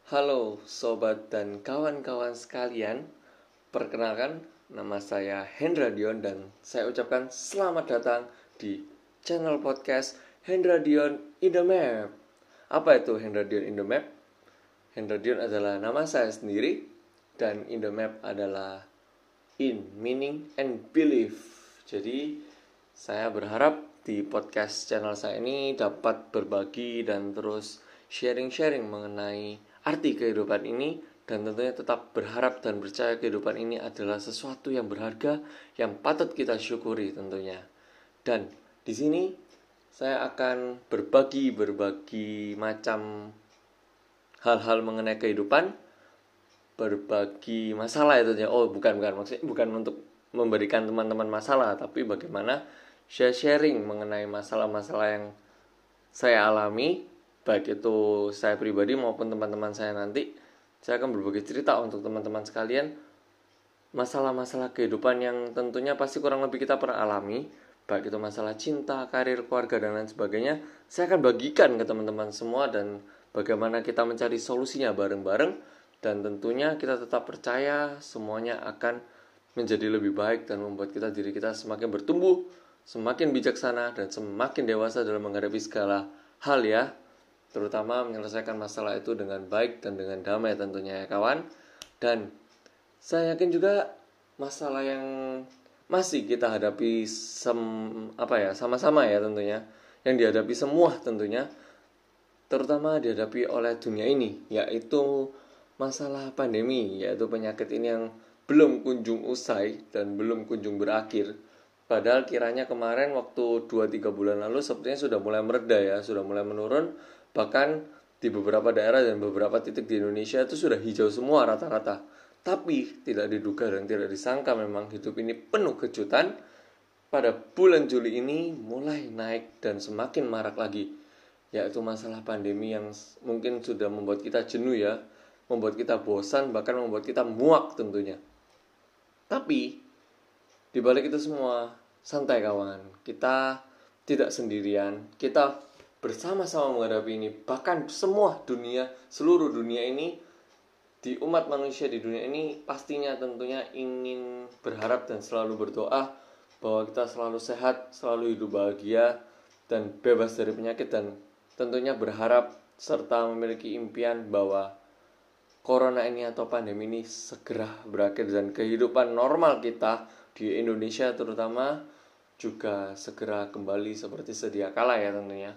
Halo sobat dan kawan-kawan sekalian. Perkenalkan, nama saya Hendra Dion dan saya ucapkan selamat datang di channel podcast Hendra Dion in the Map. Apa itu Hendra Dion in the Map? Hendra Dion adalah nama saya sendiri dan in the map adalah in, meaning, and belief. Jadi saya berharap di podcast channel saya ini dapat berbagi dan terus sharing-sharing mengenai arti kehidupan ini, dan tentunya tetap berharap dan percaya kehidupan ini adalah sesuatu yang berharga yang patut kita syukuri tentunya. Dan di sini saya akan berbagi macam hal-hal mengenai kehidupan, berbagi masalah itu ya. Maksudnya bukan untuk memberikan teman-teman masalah, tapi bagaimana sharing mengenai masalah-masalah yang saya alami, baik itu saya pribadi maupun teman-teman saya nanti. Saya akan berbagi cerita untuk teman-teman sekalian, masalah-masalah kehidupan yang tentunya pasti kurang lebih kita pernah alami, baik itu masalah cinta, karir, keluarga, dan lain sebagainya. Saya akan bagikan ke teman-teman semua dan bagaimana kita mencari solusinya bareng-bareng, dan tentunya kita tetap percaya semuanya akan menjadi lebih baik dan membuat diri kita semakin bertumbuh, semakin bijaksana, dan semakin dewasa dalam menghadapi segala hal ya. Terutama menyelesaikan masalah itu dengan baik dan dengan damai tentunya ya kawan. Dan saya yakin juga masalah yang masih kita hadapi sama-sama ya tentunya, yang dihadapi semua tentunya, terutama dihadapi oleh dunia ini, yaitu masalah pandemi, yaitu penyakit ini yang belum kunjung usai dan belum kunjung berakhir. Padahal kiranya kemarin waktu 2-3 bulan lalu sepertinya sudah mulai mereda ya, sudah mulai menurun. Bahkan di beberapa daerah dan beberapa titik di Indonesia itu sudah hijau semua rata-rata. Tapi tidak diduga dan tidak disangka memang hidup ini penuh kejutan. Pada bulan Juli ini mulai naik dan semakin marak lagi, yaitu masalah pandemi yang mungkin sudah membuat kita jenuh ya, membuat kita bosan, bahkan membuat kita muak tentunya. Tapi di balik itu semua, santai kawan, kita tidak sendirian, kita bersama-sama menghadapi ini. Bahkan semua dunia, seluruh dunia ini, di umat manusia di dunia ini pastinya tentunya ingin berharap dan selalu berdoa bahwa kita selalu sehat, selalu hidup bahagia, dan bebas dari penyakit, dan tentunya berharap serta memiliki impian bahwa corona ini atau pandemi ini segera berakhir dan kehidupan normal kita di Indonesia terutama juga segera kembali seperti sedia kala ya tentunya.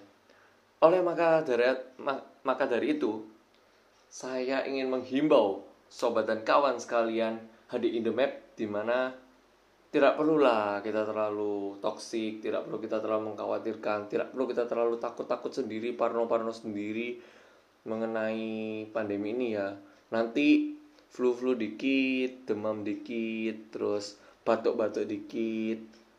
Maka dari itu, saya ingin menghimbau sobat dan kawan sekalian hadir in the map, di mana tidak perlulah kita terlalu toksik, tidak perlu kita terlalu mengkhawatirkan, tidak perlu kita terlalu takut-takut sendiri, parno-parno sendiri mengenai pandemi ini ya. Nanti flu-flu dikit, demam dikit, terus batuk-batuk dikit,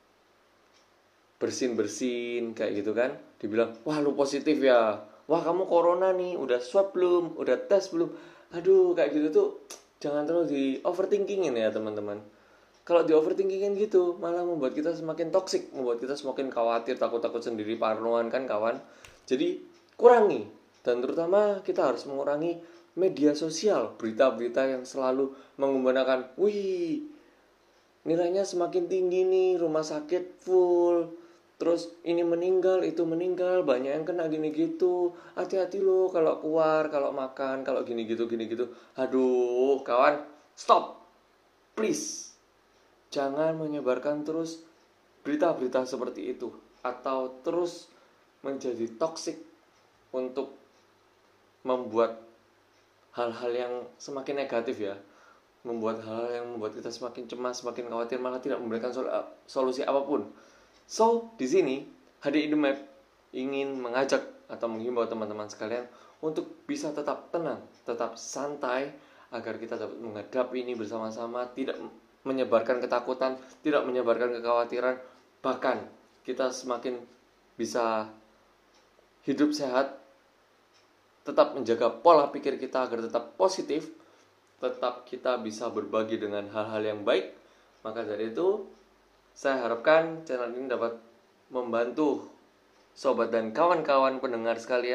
bersin-bersin kayak gitu kan, dibilang, wah lu positif ya, wah kamu corona nih, udah swab belum, udah tes belum. Aduh, kayak gitu tuh jangan terlalu di overthinkingin ya teman-teman. Kalau di overthinkingin gitu malah membuat kita semakin toksik, membuat kita semakin khawatir, takut-takut sendiri, parnoan kan kawan. Jadi kurangi, dan terutama kita harus mengurangi media sosial, berita-berita yang selalu mengumandangkan, wih nilainya semakin tinggi nih, rumah sakit full, terus ini meninggal, itu meninggal, banyak yang kena gini gitu, hati-hati lo kalau keluar, kalau makan, kalau gini gitu. Aduh kawan, stop, please. Jangan menyebarkan terus berita-berita seperti itu, atau terus menjadi toksik untuk membuat hal-hal yang semakin negatif ya, membuat hal-hal yang membuat kita semakin cemas, semakin khawatir, malah tidak memberikan solusi apapun. So, di sini Hadir in the Map ingin mengajak atau menghimbau teman-teman sekalian untuk bisa tetap tenang, tetap santai, agar kita dapat menghadapi ini bersama-sama, tidak menyebarkan ketakutan, tidak menyebarkan kekhawatiran, bahkan kita semakin bisa hidup sehat, tetap menjaga pola pikir kita agar tetap positif, tetap kita bisa berbagi dengan hal-hal yang baik. Maka dari itu, saya harapkan channel ini dapat membantu sobat dan kawan-kawan pendengar sekalian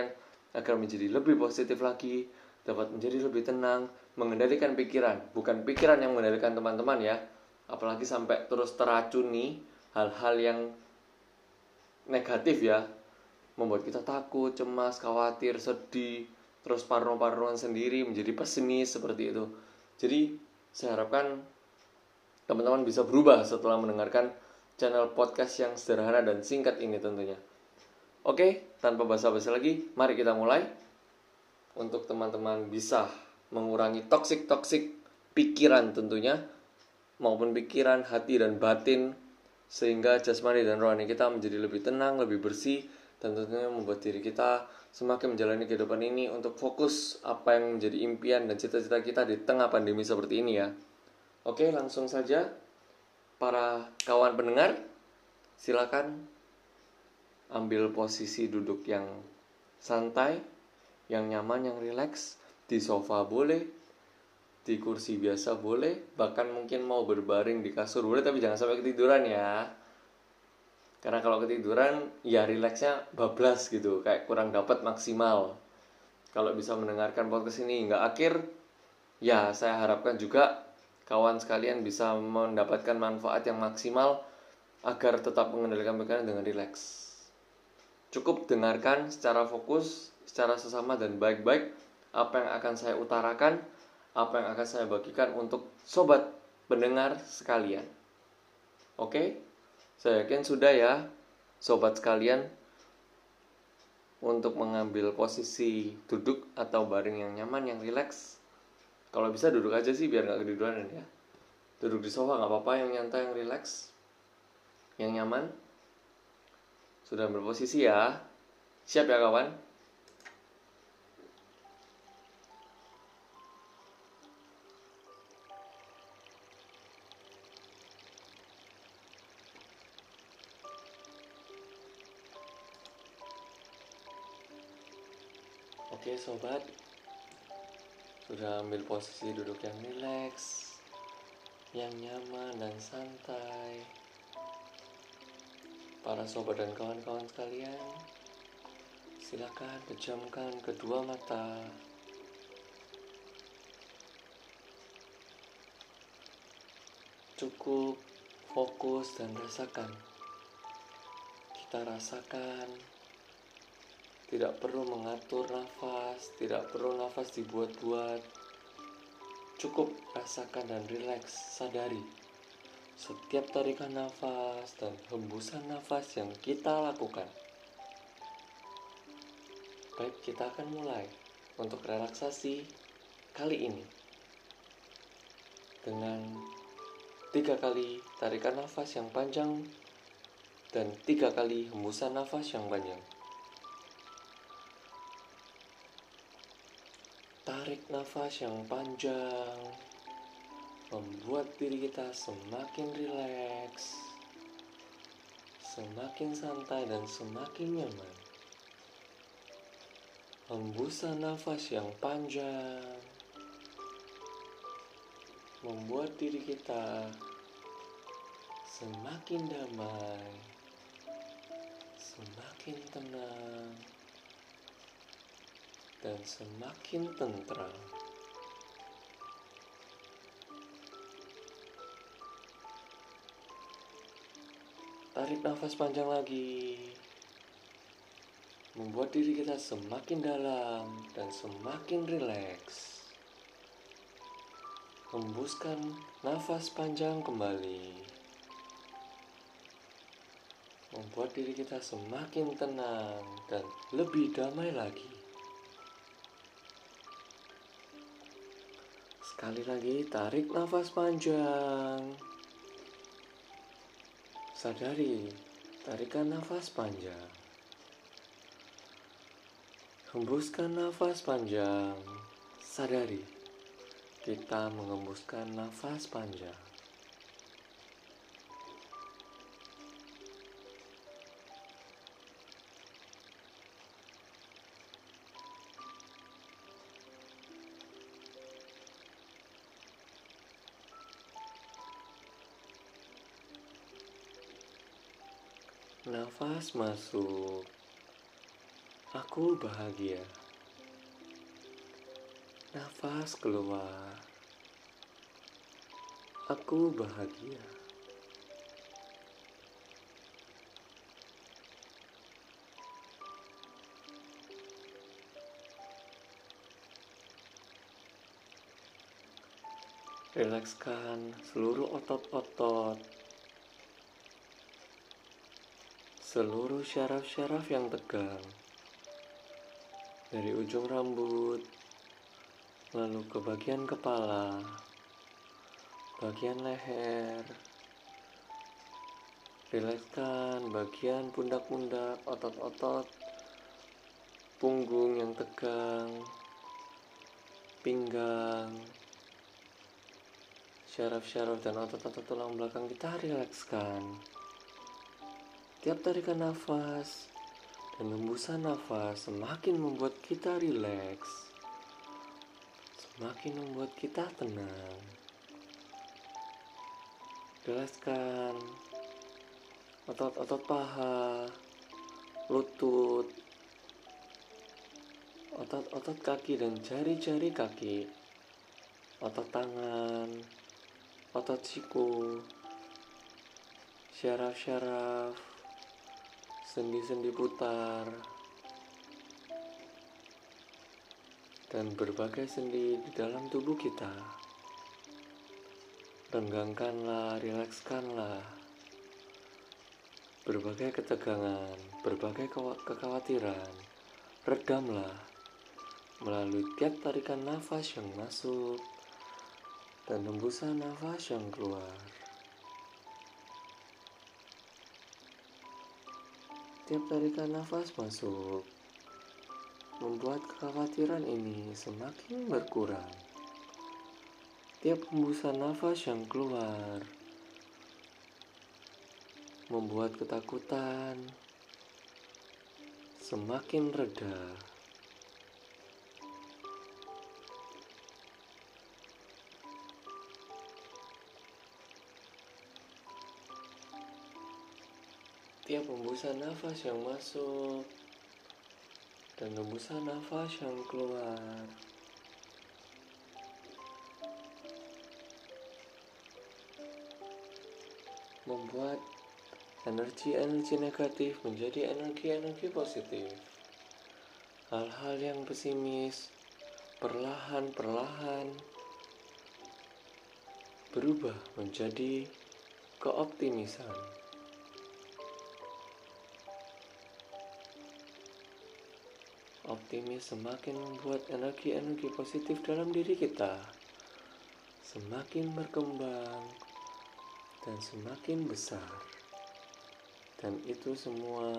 agar menjadi lebih positif lagi, dapat menjadi lebih tenang, mengendalikan pikiran, bukan pikiran yang mengendalikan teman-teman ya. Apalagi sampai terus teracuni hal-hal yang negatif ya, membuat kita takut, cemas, khawatir, sedih, terus parno-parnoan sendiri, menjadi pesimis seperti itu. Jadi saya harapkan teman-teman bisa berubah setelah mendengarkan channel podcast yang sederhana dan singkat ini tentunya. Oke, tanpa basa-basi lagi, mari kita mulai. Untuk teman-teman bisa mengurangi toksik pikiran tentunya, maupun pikiran, hati, dan batin, sehingga jasmani dan rohani kita menjadi lebih tenang, lebih bersih, dan tentunya membuat diri kita semakin menjalani kehidupan ini untuk fokus apa yang menjadi impian dan cita-cita kita di tengah pandemi seperti ini ya. Oke, langsung saja para kawan pendengar, silakan ambil posisi duduk yang santai, yang nyaman, yang rileks. Di sofa boleh, di kursi biasa boleh, bahkan mungkin mau berbaring di kasur boleh, tapi jangan sampai ketiduran ya. Karena kalau ketiduran ya rileksnya bablas gitu, kayak kurang dapat maksimal. Kalau bisa mendengarkan podcast ini hingga akhir, ya saya harapkan juga kawan sekalian bisa mendapatkan manfaat yang maksimal agar tetap mengendalikan pikiran dengan rileks. Cukup dengarkan secara fokus, secara sesama dan baik-baik apa yang akan saya utarakan, apa yang akan saya bagikan untuk sobat pendengar sekalian. Oke, saya yakin sudah ya sobat sekalian untuk mengambil posisi duduk atau baring yang nyaman, yang rileks. Kalau bisa duduk aja sih biar gak ketiduran ya. Duduk di sofa gak apa-apa, yang nyantai, yang rileks, yang nyaman. Sudah berposisi ya. Siap ya kawan? Oke sobat, sudah ambil posisi duduk yang rileks, yang nyaman dan santai. Para sobat dan kawan-kawan sekalian, silakan pejamkan kedua mata. Cukup fokus dan rasakan. Kita rasakan, tidak perlu mengatur nafas, tidak perlu nafas dibuat-buat. Cukup rasakan dan rileks, sadari setiap tarikan nafas dan hembusan nafas yang kita lakukan. Baik, kita akan mulai untuk relaksasi kali ini dengan 3 kali tarikan nafas yang panjang dan 3 kali hembusan nafas yang panjang. Tarik nafas yang panjang, membuat diri kita semakin rileks, semakin santai dan semakin nyaman. Hembusan nafas yang panjang, membuat diri kita semakin damai, semakin tenang, dan semakin tentram. Tarik nafas panjang lagi, membuat diri kita semakin dalam dan semakin rileks. Hembuskan nafas panjang kembali, membuat diri kita semakin tenang dan lebih damai lagi. Sekali lagi, tarik nafas panjang. Sadari, tarikan nafas panjang. Hembuskan nafas panjang. Sadari, kita mengembuskan nafas panjang. Nafas masuk Aku bahagia. Nafas keluar. Aku bahagia. Rilekskan seluruh otot-otot, seluruh syaraf-syaraf yang tegang, dari ujung rambut, lalu ke bagian kepala, bagian leher. Rilekskan bagian pundak-pundak, otot-otot, punggung yang tegang, pinggang, syaraf-syaraf dan otot-otot tulang belakang kita rilekskan. Tiap tarikan nafas dan hembusan nafas semakin membuat kita rileks, semakin membuat kita tenang. Rilekskan otot-otot paha, lutut, otot-otot kaki dan jari-jari kaki, otot tangan, otot siku, syaraf-syaraf, sendi-sendi putar, dan berbagai sendi di dalam tubuh kita. Renggangkanlah, rilekskanlah berbagai ketegangan, berbagai kekhawatiran. Redamlah melalui tiap tarikan nafas yang masuk dan hembusan nafas yang keluar. Tiap tarikan nafas masuk membuat kekhawatiran ini semakin berkurang. Tiap hembusan nafas yang keluar membuat ketakutan semakin reda. Tiap hembusan nafas yang masuk dan hembusan nafas yang keluar membuat energi-energi negatif menjadi energi-energi positif. Hal-hal yang pesimis perlahan-perlahan berubah menjadi keoptimisan. Optimis semakin membuat energi-energi positif dalam diri kita semakin berkembang dan semakin besar. Dan itu semua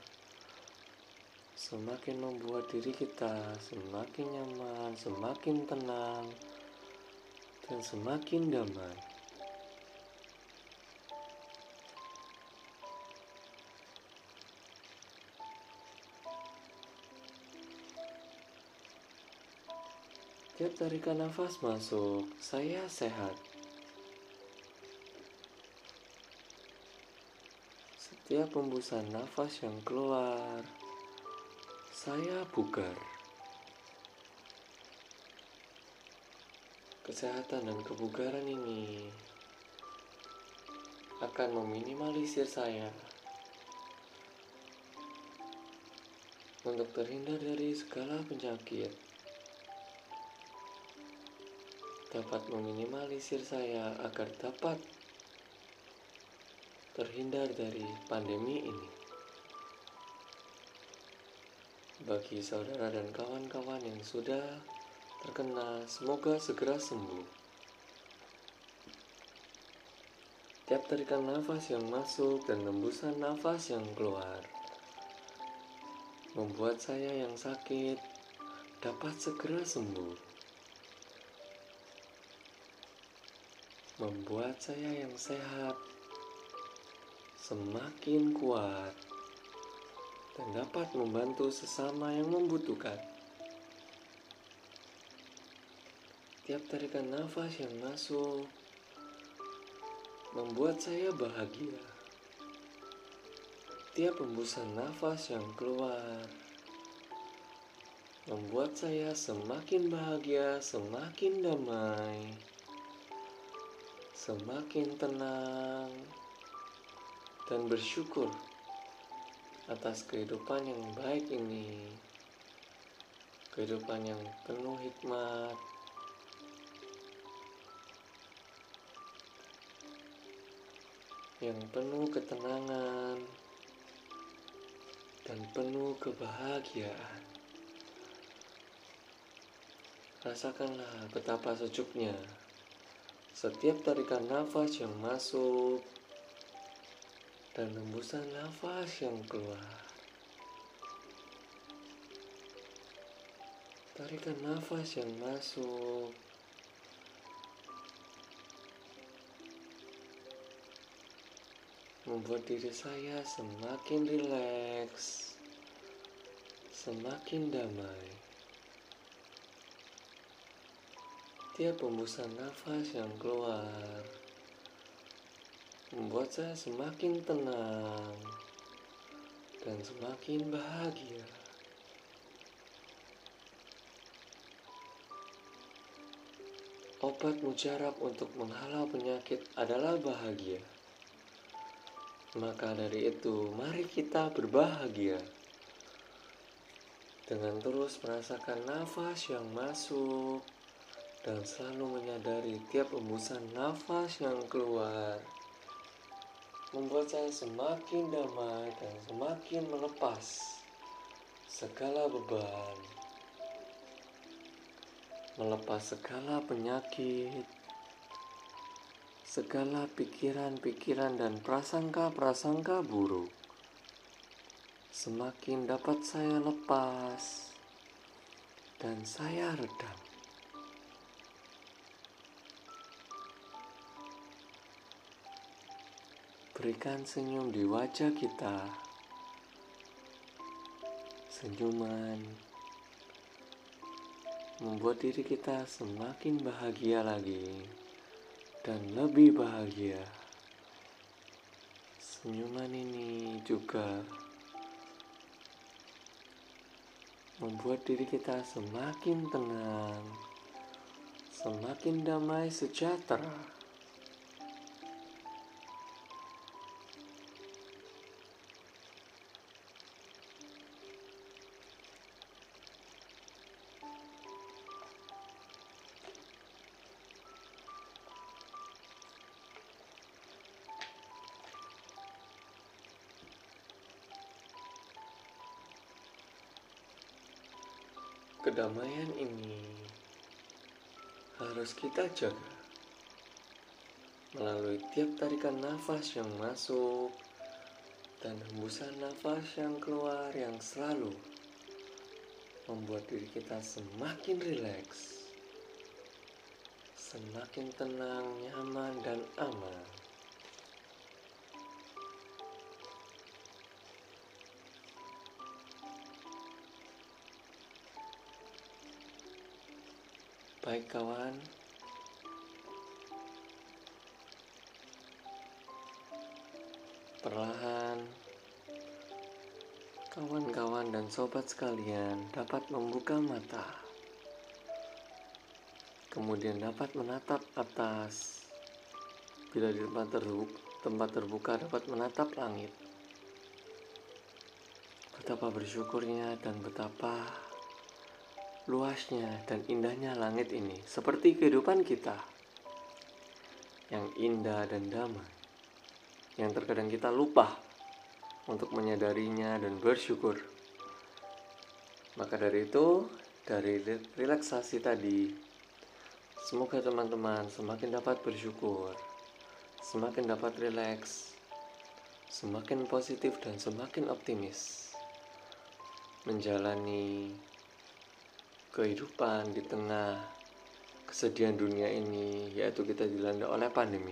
semakin membuat diri kita semakin nyaman, semakin tenang, dan semakin damai. Tiap tarikan nafas masuk, saya sehat. Setiap hembusan nafas yang keluar, saya bugar. Kesehatan dan kebugaran ini akan meminimalisir saya untuk terhindar dari segala penyakit. Dapat meminimalisir saya agar dapat terhindar dari pandemi ini. Bagi saudara dan kawan-kawan yang sudah terkena, semoga segera sembuh. Tiap tarikan nafas yang masuk dan hembusan nafas yang keluar membuat saya yang sakit dapat segera sembuh. Membuat saya yang sehat semakin kuat dan dapat membantu sesama yang membutuhkan. Tiap tarikan nafas yang masuk membuat saya bahagia. Tiap hembusan nafas yang keluar membuat saya semakin bahagia, semakin damai, semakin tenang, dan bersyukur atas kehidupan yang baik ini, kehidupan yang penuh hikmat, yang penuh ketenangan, dan penuh kebahagiaan. Rasakanlah betapa sejuknya setiap tarikan nafas yang masuk dan hembusan nafas yang keluar. Tarikan nafas yang masuk membuat diri saya semakin rileks, semakin damai. Tiap hembusan nafas yang keluar membuat saya semakin tenang dan semakin bahagia. Obat mujarab untuk menghalau penyakit adalah bahagia. Maka dari itu, mari kita berbahagia dengan terus merasakan nafas yang masuk dan selalu menyadari tiap hembusan nafas yang keluar membuat saya semakin damai dan semakin melepas segala beban, melepas segala penyakit, segala pikiran-pikiran dan prasangka-prasangka buruk. Semakin dapat saya lepas dan saya redam. Berikan senyum di wajah kita. Senyuman membuat diri kita semakin bahagia lagi dan lebih bahagia. Senyuman ini juga membuat diri kita semakin tenang, semakin damai sejahtera. Kedamaian ini harus kita jaga melalui tiap tarikan nafas yang masuk dan hembusan nafas yang keluar yang selalu membuat diri kita semakin rileks, semakin tenang, nyaman, dan aman. Baik kawan, perlahan kawan-kawan dan sobat sekalian dapat membuka mata, kemudian dapat menatap atas. Bila di tempat terbuka dapat menatap langit. Betapa bersyukurnya dan betapa luasnya dan indahnya langit ini, seperti kehidupan kita yang indah dan damai, yang terkadang kita lupa untuk menyadarinya dan bersyukur. Maka dari itu, dari relaksasi tadi, semoga teman-teman semakin dapat bersyukur, semakin dapat rileks, semakin positif dan semakin optimis menjalani kehidupan di tengah kesedihan dunia ini, yaitu kita dilanda oleh pandemi.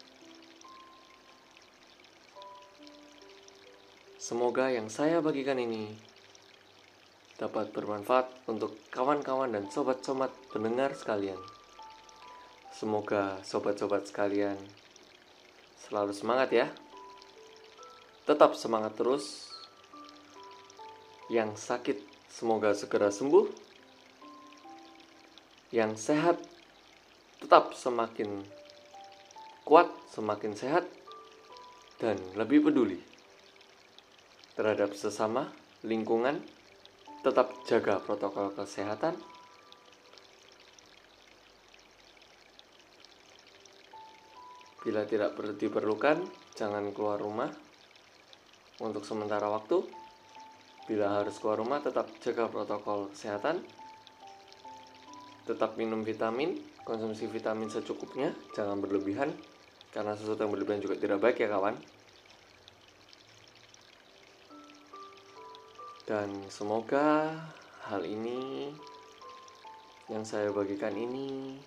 Semoga yang saya bagikan ini dapat bermanfaat untuk kawan-kawan dan sobat-sobat pendengar sekalian. Semoga sobat-sobat sekalian selalu semangat ya. Tetap semangat terus. Yang sakit semoga segera sembuh. Yang sehat tetap semakin kuat, semakin sehat, dan lebih peduli terhadap sesama, lingkungan. Tetap jaga protokol kesehatan. Bila tidak diperlukan, jangan keluar rumah untuk sementara waktu. Bila harus keluar rumah, tetap jaga protokol kesehatan. Tetap minum vitamin, konsumsi vitamin secukupnya, jangan berlebihan, karena sesuatu yang berlebihan juga tidak baik ya kawan. Dan semoga hal ini yang saya bagikan ini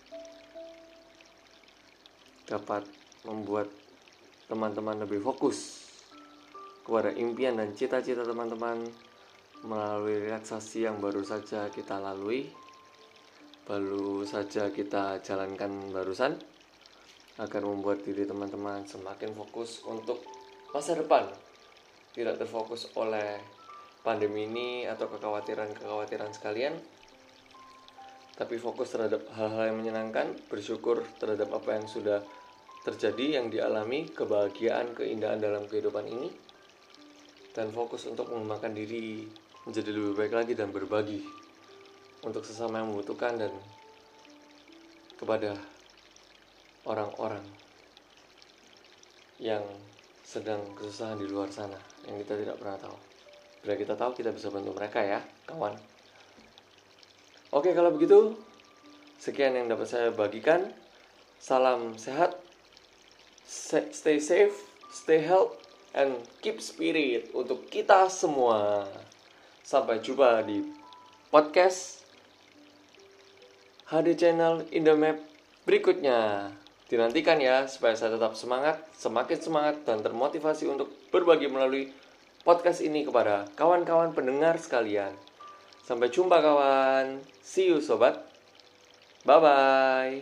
dapat membuat teman-teman lebih fokus kepada impian dan cita-cita teman-teman melalui relaksasi yang baru saja kita lalui, baru saja kita jalankan barusan, agar membuat diri teman-teman semakin fokus untuk masa depan, tidak terfokus oleh pandemi ini atau kekhawatiran-kekhawatiran sekalian, tapi fokus terhadap hal-hal yang menyenangkan, bersyukur terhadap apa yang sudah terjadi, yang dialami, kebahagiaan, keindahan dalam kehidupan ini, dan fokus untuk mengembangkan diri menjadi lebih baik lagi dan berbagi untuk sesama yang membutuhkan dan kepada orang-orang yang sedang kesusahan di luar sana yang kita tidak pernah tahu. Bila kita tahu, kita bisa bantu mereka ya, kawan. Oke, kalau begitu, sekian yang dapat saya bagikan. Salam sehat, stay safe, stay healthy, and keep spirit untuk kita semua. Sampai jumpa di podcast HD Channel In The Map berikutnya. Dinantikan ya, supaya saya tetap semangat, semakin semangat, dan termotivasi untuk berbagi melalui podcast ini kepada kawan-kawan pendengar sekalian. Sampai jumpa kawan. See you sobat. Bye-bye.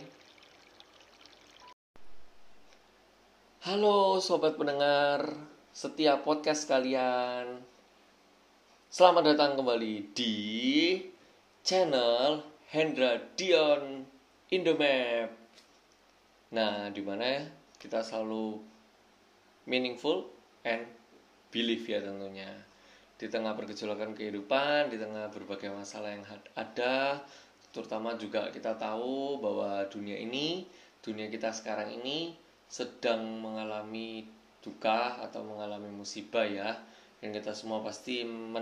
Halo sobat pendengar setiap podcast kalian. Selamat datang kembali di channel Hendra Dion In The Map. Nah, dimana kita selalu meaningful and believe ya tentunya. Di tengah pergejolakan kehidupan, di tengah berbagai masalah yang ada, terutama juga kita tahu bahwa dunia kita sekarang ini sedang mengalami duka atau mengalami musibah ya, yang kita semua pasti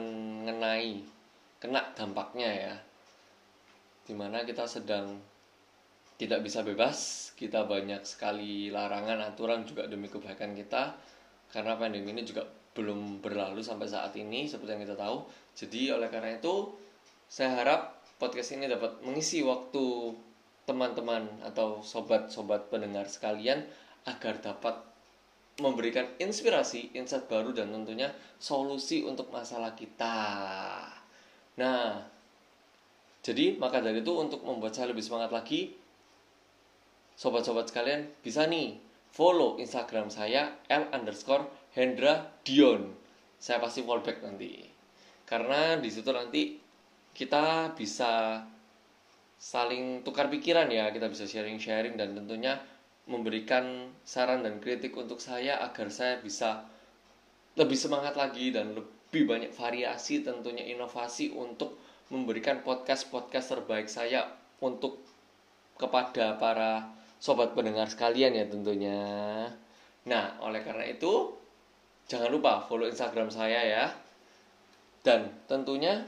kena dampaknya ya, dimana kita sedang tidak bisa bebas, kita banyak sekali larangan, aturan juga demi kebaikan kita, karena pandemi ini juga belum berlalu sampai saat ini seperti yang kita tahu. Jadi oleh karena itu, saya harap podcast ini dapat mengisi waktu teman-teman atau sobat-sobat pendengar sekalian agar dapat memberikan inspirasi, insight baru, dan tentunya solusi untuk masalah kita. Nah, jadi maka dari itu, untuk membuat saya lebih semangat lagi, sobat-sobat sekalian bisa nih follow Instagram saya @Hendra Dion. Saya pasti fallback nanti, karena di situ nanti kita bisa saling tukar pikiran ya, kita bisa sharing-sharing dan tentunya memberikan saran dan kritik untuk saya agar saya bisa lebih semangat lagi dan lebih banyak variasi, tentunya inovasi untuk memberikan podcast-podcast terbaik saya untuk kepada para sobat pendengar sekalian ya tentunya. Nah, oleh karena itu, jangan lupa follow Instagram saya ya. Dan tentunya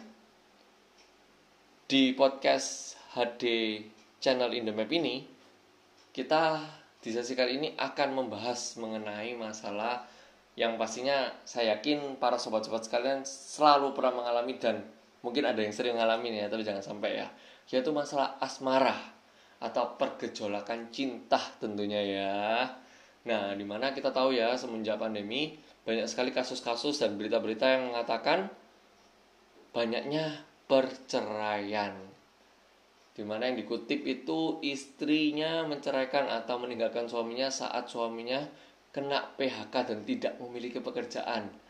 di podcast HD Channel In The Map ini, kita di sesi kali ini akan membahas mengenai masalah yang pastinya saya yakin para sobat-sobat sekalian selalu pernah mengalami, dan mungkin ada yang sering ngalamin ya, tapi jangan sampai ya, yaitu masalah asmara atau pergejolakan cinta tentunya ya. Nah, dimana kita tahu ya, semenjak pandemi banyak sekali kasus-kasus dan berita-berita yang mengatakan banyaknya perceraian, dimana yang dikutip itu istrinya menceraikan atau meninggalkan suaminya saat suaminya kena PHK dan tidak memiliki pekerjaan.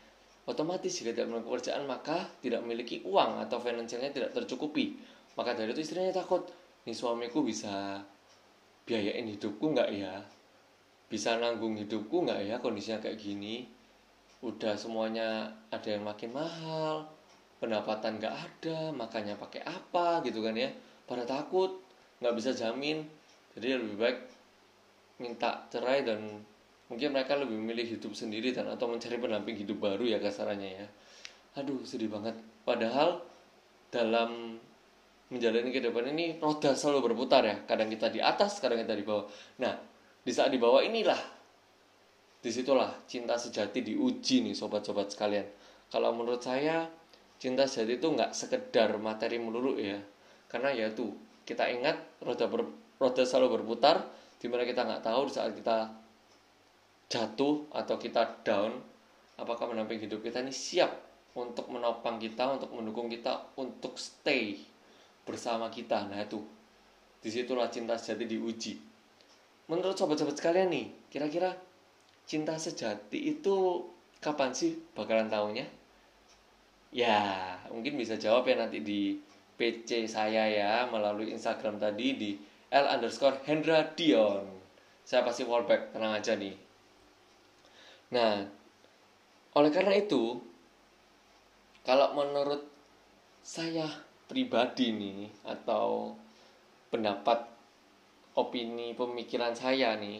otomatis jika tidak memiliki pekerjaan maka tidak memiliki uang atau finansialnya tidak tercukupi. Maka dari itu istrinya takut, nih suamiku bisa biayain hidupku nggak ya, bisa nanggung hidupku nggak ya kondisinya kayak gini. Udah semuanya ada yang makin mahal, pendapatan nggak ada, makanya pakai apa gitu kan ya. Pada takut, nggak bisa jamin. Jadi lebih baik minta cerai, dan mungkin mereka lebih memilih hidup sendiri dan atau mencari pendamping hidup baru ya kasarannya ya. Aduh sedih banget. Padahal dalam menjalani kehidupan ini roda selalu berputar ya. Kadang kita di atas, kadang kita di bawah. Nah, di saat di bawah inilah, disitulah cinta sejati diuji nih sobat-sobat sekalian. Kalau menurut saya cinta sejati itu nggak sekedar materi melulu ya. Karena ya tuh kita ingat roda selalu berputar, dimana kita nggak tahu di saat kita jatuh atau kita down, apakah pendamping hidup kita ini siap untuk menopang kita, untuk mendukung kita, untuk stay bersama kita. Nah itu, disitulah cinta sejati diuji. Menurut sobat-sobat sekalian nih, kira-kira cinta sejati itu kapan sih bakalan tahunya? Ya, mungkin bisa jawab ya nanti di PC saya ya, melalui Instagram tadi di L_Hendra_Dion. Saya pasti fallback, tenang aja nih. Nah, oleh karena itu, kalau menurut saya pribadi nih, atau pendapat, opini, pemikiran saya nih,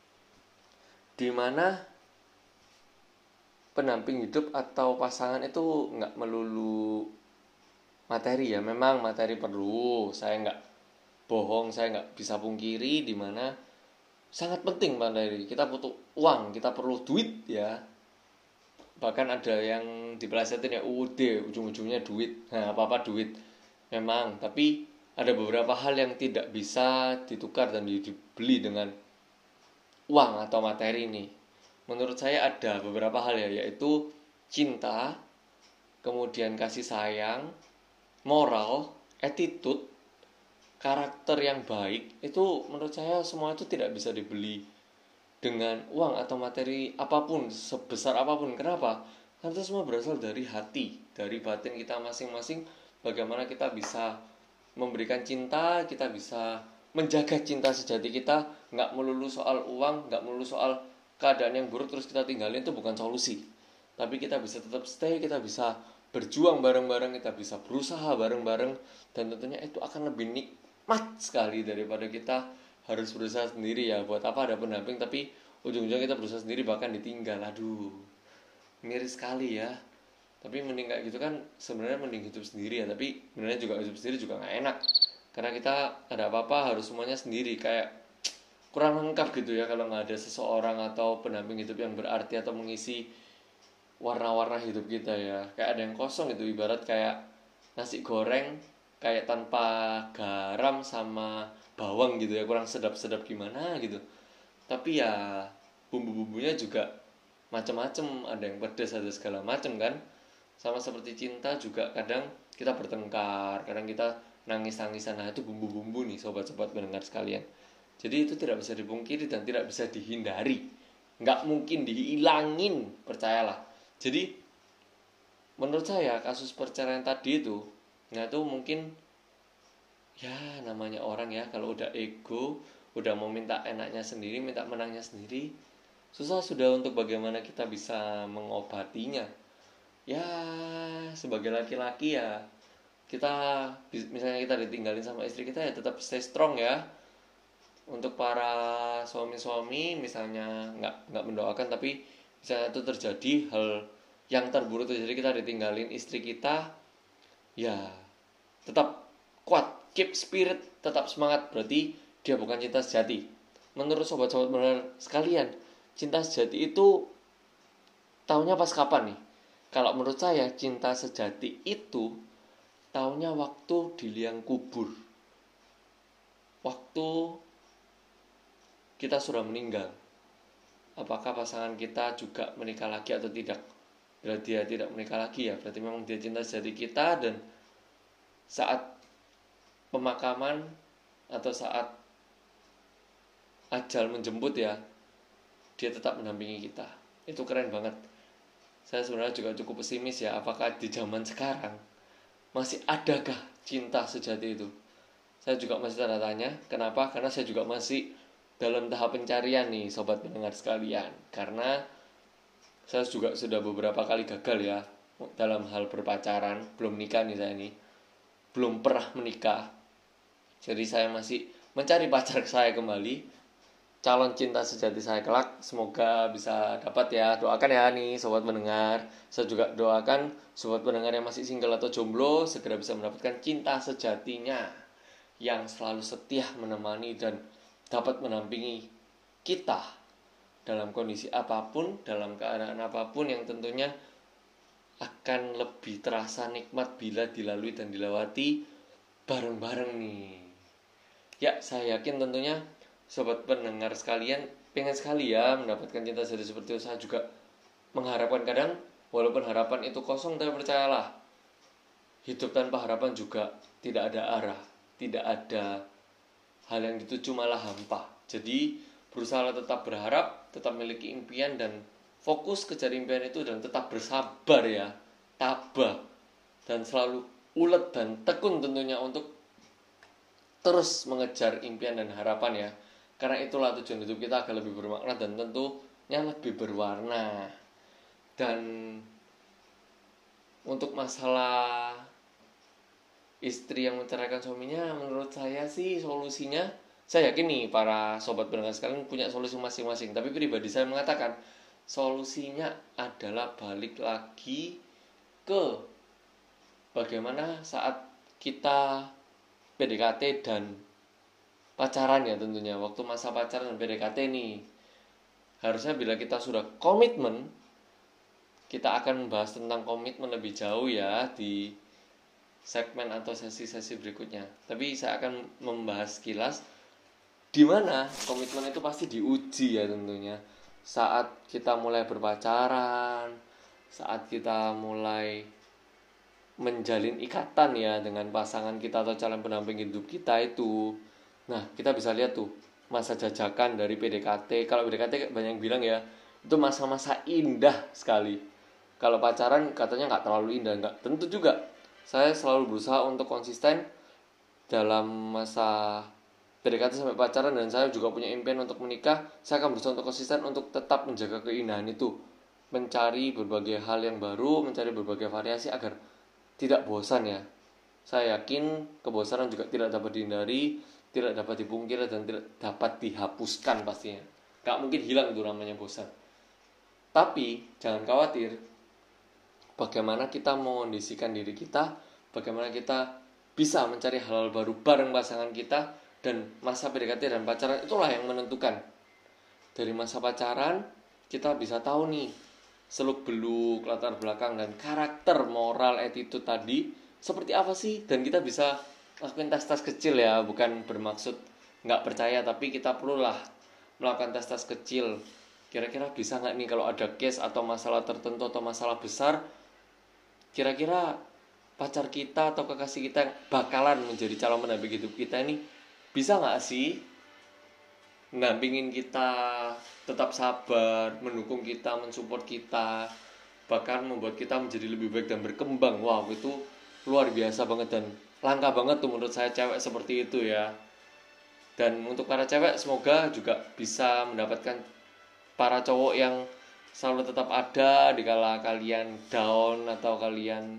dimana pendamping hidup atau pasangan itu nggak melulu materi ya. Memang materi perlu, saya nggak bohong, saya nggak bisa pungkiri dimana sangat penting materi. Kita butuh uang, kita perlu duit ya. Bahkan ada yang dipelesetin ya UUD, ujung-ujungnya duit. Nah, apa-apa duit memang, tapi ada beberapa hal yang tidak bisa ditukar dan dibeli dengan uang atau materi ini. Menurut saya ada beberapa hal ya, yaitu cinta, kemudian kasih sayang, moral, attitude, karakter yang baik. Itu menurut saya semua itu tidak bisa dibeli dengan uang atau materi apapun, sebesar apapun. Kenapa? Karena itu semua berasal dari hati, dari batin kita masing-masing. Bagaimana kita bisa memberikan cinta, kita bisa menjaga cinta sejati kita. Nggak melulu soal uang, nggak melulu soal keadaan yang buruk terus kita tinggalin, itu bukan solusi. Tapi kita bisa tetap stay, kita bisa berjuang bareng-bareng, kita bisa berusaha bareng-bareng, dan tentunya itu akan lebih nikmat sekali daripada kita harus berusaha sendiri ya. Buat apa ada pendamping tapi ujung-ujungnya kita berusaha sendiri bahkan ditinggal. Aduh, miris sekali ya. Tapi mending kayak gitu kan, sebenarnya mending hidup sendiri ya. Tapi sebenarnya juga hidup sendiri juga nggak enak, karena kita ada apa-apa harus semuanya sendiri. Kayak kurang lengkap gitu ya kalau nggak ada seseorang atau pendamping hidup yang berarti atau mengisi warna-warna hidup kita ya. Kayak ada yang kosong gitu, ibarat kayak nasi goreng kayak tanpa garam sama bawang gitu ya, kurang sedap-sedap gimana gitu. Tapi ya bumbu-bumbunya juga macam-macam, ada yang pedas, ada segala macam kan. Sama seperti cinta juga, kadang kita bertengkar, kadang kita nangis-nangisan. Nah itu bumbu-bumbu nih sobat-sobat pendengar sekalian. Jadi itu tidak bisa dipungkiri dan tidak bisa dihindari, nggak mungkin dihilangin, percayalah. Jadi menurut saya kasus perceraian tadi itu, nah itu mungkin ya namanya orang ya, kalau udah ego, udah mau minta enaknya sendiri, minta menangnya sendiri, susah sudah untuk bagaimana kita bisa mengobatinya. Ya sebagai laki-laki ya, kita misalnya kita ditinggalin sama istri kita ya tetap stay strong ya. Untuk para suami-suami misalnya nggak mendoakan, tapi misalnya itu terjadi hal yang terburuk terjadi, kita ditinggalin istri kita, ya tetap kuat, keep spirit, tetap semangat, berarti dia bukan cinta sejati. Menurut sobat-sobat benar sekalian, cinta sejati itu taunya pas kapan nih? Kalau menurut saya cinta sejati itu taunya waktu di liang kubur, waktu kita sudah meninggal. Apakah pasangan kita juga menikah lagi atau tidak? Bila dia tidak menikah lagi ya berarti memang dia cinta sejati kita, dan saat pemakaman atau saat ajal menjemput ya, dia tetap mendampingi kita. Itu keren banget. saya sebenarnya juga cukup pesimis ya, apakah di zaman sekarang masih adakah cinta sejati itu? Saya juga masih tanda tanya. Kenapa? Karena saya juga masih dalam tahap pencarian nih sobat pendengar sekalian. Karena saya juga sudah beberapa kali gagal ya dalam hal berpacaran. Belum nikah nih saya nih, belum pernah menikah. Jadi saya masih mencari pacar saya kembali, calon cinta sejati saya kelak. Semoga bisa dapat ya. Doakan ya nih sobat pendengar. Saya juga doakan sobat pendengar yang masih single atau jomblo segera bisa mendapatkan cinta sejatinya yang selalu setia menemani dan dapat menampingi kita dalam kondisi apapun, dalam keadaan apapun, yang tentunya akan lebih terasa nikmat bila dilalui dan dilewati bareng-bareng nih. Ya, saya yakin tentunya sobat pendengar sekalian pengen sekali ya mendapatkan cinta sejati seperti itu. Saya juga mengharapkan, kadang walaupun harapan itu kosong, tapi percayalah, hidup tanpa harapan juga tidak ada arah, tidak ada hal yang dituju, malah hampa. Jadi berusaha tetap berharap, tetap memiliki impian dan fokus kejar impian itu, dan tetap bersabar ya, tabah, dan selalu ulet dan tekun tentunya untuk terus mengejar impian dan harapan ya. Karena itulah tujuan hidup kita agar lebih bermakna dan tentunya lebih berwarna. Dan untuk masalah istri yang menceraikan suaminya, menurut saya sih solusinya, saya yakin nih para sobat pendengar sekalian punya solusi masing-masing. Tapi pribadi saya mengatakan solusinya adalah balik lagi ke bagaimana saat kita PDKT dan pacaran ya tentunya. Waktu masa pacaran dan PDKT nih, harusnya bila kita sudah komitmen, kita akan membahas tentang komitmen lebih jauh ya di segmen atau sesi-sesi berikutnya. Tapi saya akan membahas sekilas di mana komitmen itu pasti diuji ya tentunya. Saat kita mulai berpacaran, saat kita mulai menjalin ikatan ya dengan pasangan kita atau calon pendamping hidup kita itu. Nah, kita bisa lihat tuh masa jajakan dari PDKT. Kalau PDKT banyak yang bilang ya, itu masa-masa indah sekali. Kalau pacaran katanya nggak terlalu indah, nggak tentu juga. Saya selalu berusaha untuk konsisten dalam masa PDKT sampai pacaran, dan saya juga punya impian untuk menikah. Saya akan berusaha untuk konsisten untuk tetap menjaga keindahan itu, mencari berbagai hal yang baru, mencari berbagai variasi agar tidak bosan ya. Saya yakin kebosanan juga tidak dapat dihindari, tidak dapat dipungkiri, dan tidak dapat dihapuskan pastinya. Gak mungkin hilang itu namanya bosan. Tapi jangan khawatir, bagaimana kita mengondisikan diri kita, bagaimana kita bisa mencari hal-hal baru bareng pasangan kita. Dan masa PDKT dan pacaran itulah yang menentukan. Dari masa pacaran kita bisa tahu nih seluk-beluk, latar belakang, dan karakter, moral, attitude tadi seperti apa sih. Dan kita bisa lakukan tes-tes kecil ya, bukan bermaksud nggak percaya, tapi kita perlulah melakukan tes-tes kecil. Kira-kira bisa nggak nih kalau ada case atau masalah tertentu atau masalah besar, kira-kira pacar kita atau kekasih kita bakalan menjadi calon pendamping hidup kita ini bisa nggak sih nampingin kita, tetap sabar, mendukung kita, mensupport kita, bahkan membuat kita menjadi lebih baik dan berkembang. Wow, itu luar biasa banget dan langka banget tuh menurut saya cewek seperti itu ya. Dan untuk para cewek semoga juga bisa mendapatkan para cowok yang selalu tetap ada di kala kalian down atau kalian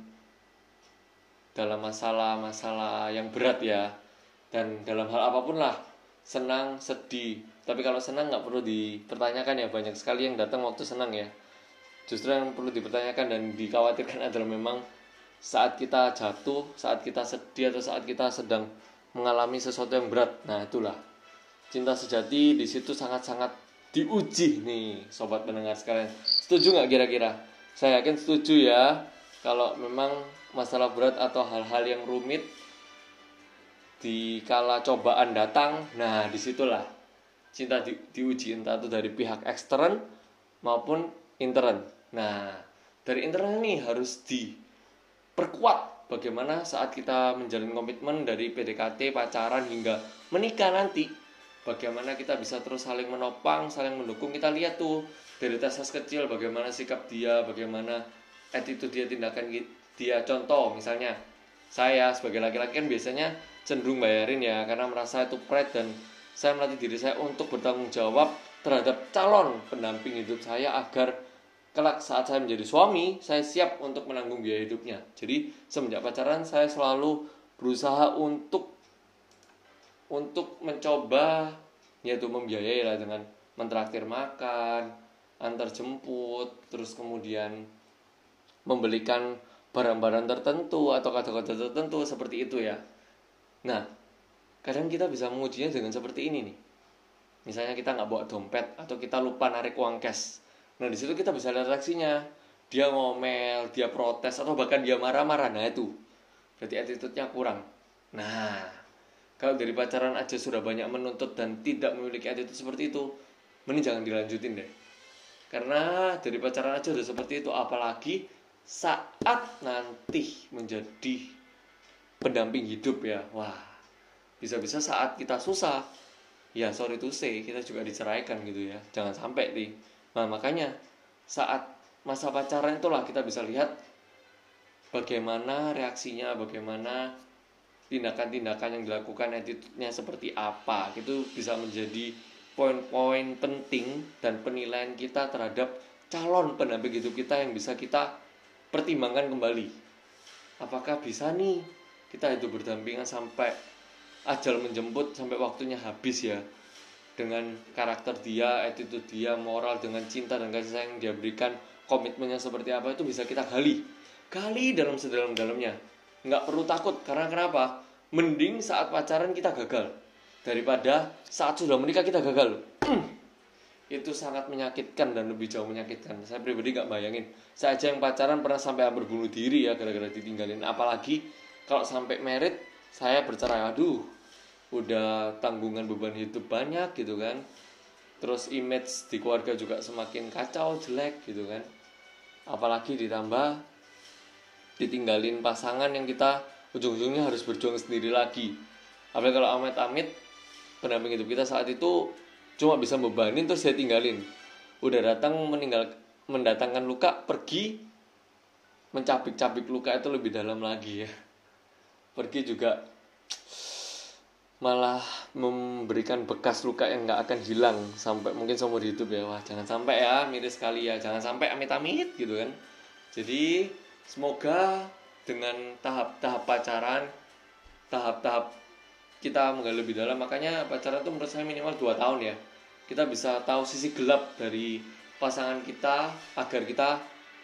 dalam masalah-masalah yang berat ya. Dan dalam hal apapun lah, senang, sedih. Tapi kalau senang nggak perlu dipertanyakan ya, banyak sekali yang datang waktu senang ya. Justru yang perlu dipertanyakan dan dikhawatirkan adalah memang saat kita jatuh, saat kita sedih, atau saat kita sedang mengalami sesuatu yang berat. Nah itulah cinta sejati di situ sangat-sangat diuji nih sobat pendengar sekalian. Setuju nggak kira-kira? Saya yakin setuju ya. Kalau memang masalah berat atau hal-hal yang rumit di kala cobaan datang, nah disitulah cinta diuji, entah itu dari pihak ekstern maupun intern. Nah dari intern nih harus diperkuat bagaimana saat kita menjalin komitmen dari PDKT, pacaran hingga menikah nanti. bagaimana kita bisa terus saling menopang, saling mendukung. Kita lihat tuh dari tes kecil bagaimana sikap dia, bagaimana attitude dia, tindakan dia. Contoh misalnya saya sebagai laki-laki kan biasanya cenderung bayarin ya, karena merasa itu pride, dan saya melatih diri saya untuk bertanggung jawab terhadap calon pendamping hidup saya agar kelak saat saya menjadi suami, saya siap untuk menanggung biaya hidupnya. Jadi semenjak pacaran saya selalu berusaha untuk mencoba, yaitu membiayai lah, dengan mentraktir makan, antar jemput, terus kemudian membelikan barang-barang tertentu atau kado-kado tertentu seperti itu ya. Nah, kadang kita bisa mengujinya dengan seperti ini nih. Misalnya kita nggak bawa dompet atau kita lupa narik uang cash. Nah, di situ kita bisa lihat reaksinya. Dia ngomel, dia protes, atau bahkan dia marah-marah. Nah, itu berarti attitude-nya kurang. Nah, kalau dari pacaran aja sudah banyak menuntut dan tidak memiliki attitude seperti itu, mending jangan dilanjutin deh. Karena dari pacaran aja udah seperti itu, apalagi saat nanti menjadi pendamping hidup ya. Wah, bisa-bisa saat kita susah, ya sorry to say, kita juga diceraikan gitu ya. Jangan sampai nih. Nah, makanya saat masa pacaran itulah kita bisa lihat bagaimana reaksinya, bagaimana tindakan-tindakan yang dilakukan, attitude-nya seperti apa. Itu bisa menjadi poin-poin penting dan penilaian kita terhadap calon pendamping hidup kita yang bisa kita pertimbangkan kembali. Apakah bisa nih kita hidup berdampingan sampai ajal menjemput, sampai waktunya habis ya, dengan karakter dia, attitude dia, moral, dengan cinta dan kasih sayang yang dia berikan, komitmennya seperti apa, itu bisa kita gali dalam sedalam-dalamnya. Nggak perlu takut, karena kenapa? Mending saat pacaran kita gagal daripada saat sudah menikah kita gagal. Itu sangat menyakitkan dan lebih jauh menyakitkan. Saya pribadi nggak bayangin. Saya aja yang pacaran pernah sampai hampir bunuh diri ya gara-gara ditinggalin. Apalagi kalau sampai married, saya bercerai. Aduh, udah tanggungan beban hidup banyak gitu kan. Terus image di keluarga juga semakin kacau, jelek gitu kan. Apalagi ditambah ditinggalin pasangan yang kita ujung-ujungnya harus berjuang sendiri lagi. Apalagi kalau amit-amit pendamping hidup kita saat itu cuma bisa bebanin terus dia tinggalin. Udah datang mendatangkan luka, pergi mencabik-cabik luka itu lebih dalam lagi ya. Pergi juga malah memberikan bekas luka yang gak akan hilang sampai mungkin seumur hidup ya. Wah, jangan sampai ya, miris sekali ya. Jangan sampai amit-amit gitu kan. Jadi semoga dengan tahap-tahap pacaran, tahap-tahap kita menggali lebih dalam. Makanya pacaran itu menurut saya minimal 2 tahun ya. Kita bisa tahu sisi gelap dari pasangan kita agar kita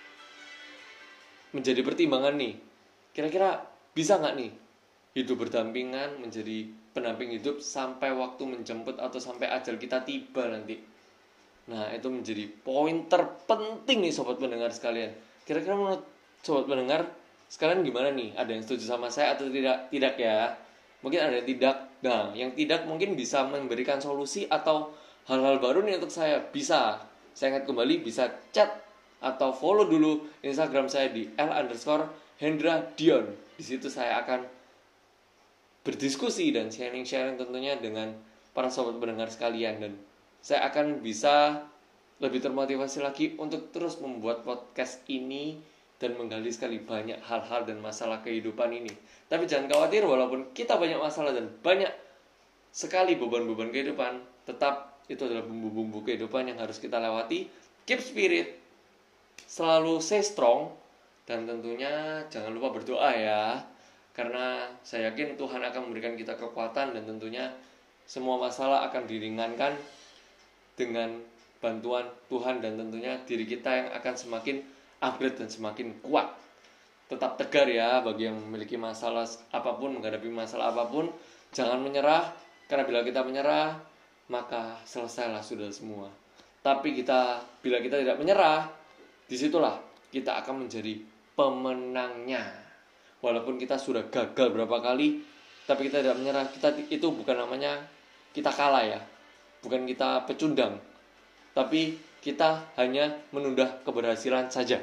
menjadi pertimbangan nih. Kira-kira bisa gak nih hidup berdampingan, menjadi pendamping hidup sampai waktu menjemput atau sampai ajal kita tiba nanti. Nah, itu menjadi poin terpenting nih sobat pendengar sekalian. Kira-kira menurut sobat pendengar sekalian gimana nih? Ada yang setuju sama saya atau tidak? Tidak ya. Mungkin ada yang tidak. Nah, yang tidak mungkin bisa memberikan solusi atau hal-hal baru nih untuk saya. Bisa, saya ingat kembali, bisa chat atau follow dulu Instagram saya di @l_hendradion. Di situ saya akan berdiskusi dan sharing-sharing tentunya dengan para sobat pendengar sekalian. Dan saya akan bisa lebih termotivasi lagi untuk terus membuat podcast ini dan menggali sekali banyak hal-hal dan masalah kehidupan ini. Tapi jangan khawatir, walaupun kita banyak masalah dan banyak sekali beban-beban kehidupan, tetap itu adalah bumbu-bumbu kehidupan yang harus kita lewati. Keep spirit, selalu stay strong, dan tentunya jangan lupa berdoa ya. Karena saya yakin Tuhan akan memberikan kita kekuatan, dan tentunya semua masalah akan diringankan dengan bantuan Tuhan, dan tentunya diri kita yang akan semakin upgrade dan semakin kuat. Tetap tegar ya bagi yang memiliki masalah apapun, menghadapi masalah apapun. Jangan menyerah, karena bila kita menyerah, maka selesailah sudah semua. Tapi bila kita tidak menyerah, disitulah kita akan menjadi pemenangnya. Walaupun kita sudah gagal berapa kali, tapi kita tidak menyerah, itu bukan namanya kita kalah ya. Bukan kita pecundang, tapi kita hanya menunda keberhasilan saja.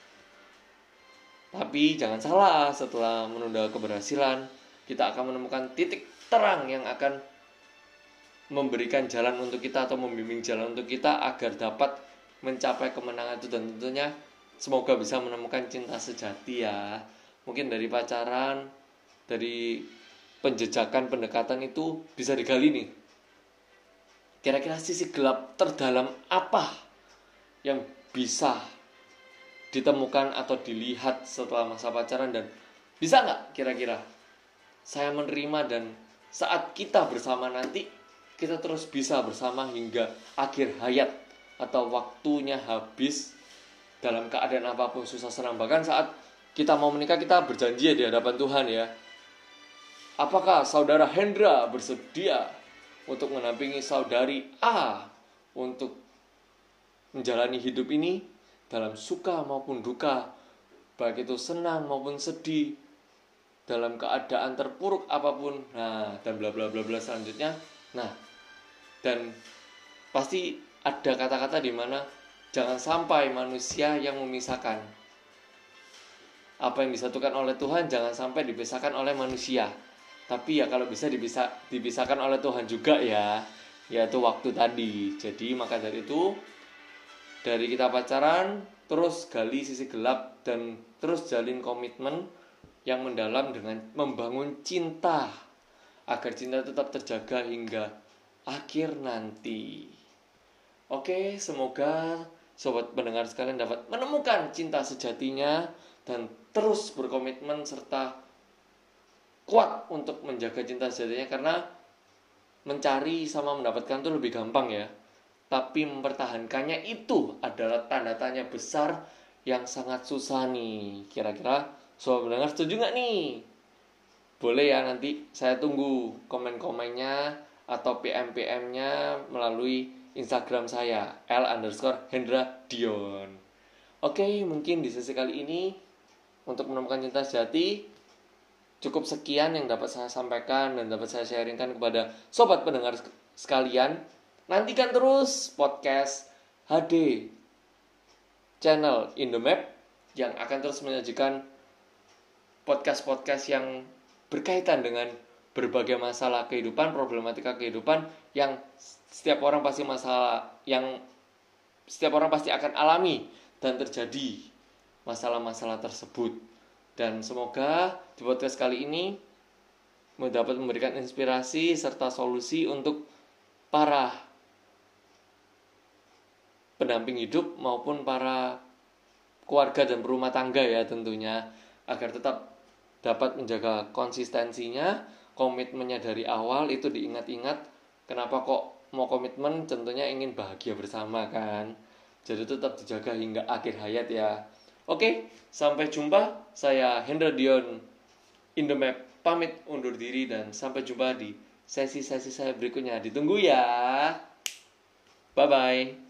Tapi jangan salah, setelah menunda keberhasilan, kita akan menemukan titik terang yang akan memberikan jalan untuk kita atau membimbing jalan untuk kita agar dapat mencapai kemenangan itu. Dan tentunya semoga bisa menemukan cinta sejati ya. Mungkin dari pacaran, dari penjejakan pendekatan itu bisa digali nih. Kira-kira sisi gelap terdalam apa yang bisa ditemukan atau dilihat setelah masa pacaran, dan bisa nggak kira-kira saya menerima dan saat kita bersama nanti kita terus bisa bersama hingga akhir hayat atau waktunya habis dalam keadaan apapun, susah senang. Bahkan saat kita mau menikah kita berjanji ya di hadapan Tuhan ya. Apakah saudara Hendra bersedia untuk menampingi saudari A untuk menjalani hidup ini dalam suka maupun duka, baik itu senang maupun sedih, dalam keadaan terpuruk apapun, nah dan bla bla bla bla selanjutnya. Nah, dan pasti ada kata-kata di mana jangan sampai manusia yang memisahkan. Apa yang disatukan oleh Tuhan jangan sampai dipisahkan oleh manusia. Tapi ya kalau bisa dipisahkan oleh Tuhan juga ya, yaitu waktu tadi. Jadi maka dari itu, dari kita pacaran terus gali sisi gelap dan terus jalin komitmen yang mendalam dengan membangun cinta agar cinta tetap terjaga hingga akhir nanti. Oke, semoga sobat pendengar sekalian dapat menemukan cinta sejatinya dan terus berkomitmen serta kuat untuk menjaga cinta sejatinya, karena mencari sama mendapatkan itu lebih gampang ya, tapi mempertahankannya itu adalah tanda tanya besar yang sangat susah nih. Kira-kira sobat pendengar setuju nggak nih? Boleh ya, nanti saya tunggu komen-komennya atau PM-nya melalui Instagram saya @l_hendra_dion. Oke, mungkin di sesi kali ini untuk menemukan cinta sejati cukup sekian yang dapat saya sampaikan dan dapat saya sharingkan kepada sobat pendengar sekalian. Nantikan terus podcast HD channel Indomap yang akan terus menyajikan podcast-podcast yang berkaitan dengan berbagai masalah kehidupan, problematika kehidupan yang setiap orang pasti akan alami dan terjadi masalah-masalah tersebut. Dan semoga di podcast kali ini dapat memberikan inspirasi serta solusi untuk para pendamping hidup maupun para keluarga dan berumah tangga ya tentunya, agar tetap dapat menjaga konsistensinya, komitmennya dari awal itu diingat-ingat. Kenapa kok mau komitmen? Tentunya ingin bahagia bersama kan. Jadi tetap dijaga hingga akhir hayat ya. Oke, sampai jumpa. Saya Hendra Dion Indomap pamit undur diri dan sampai jumpa di sesi-sesi saya berikutnya. Ditunggu ya. Bye-bye.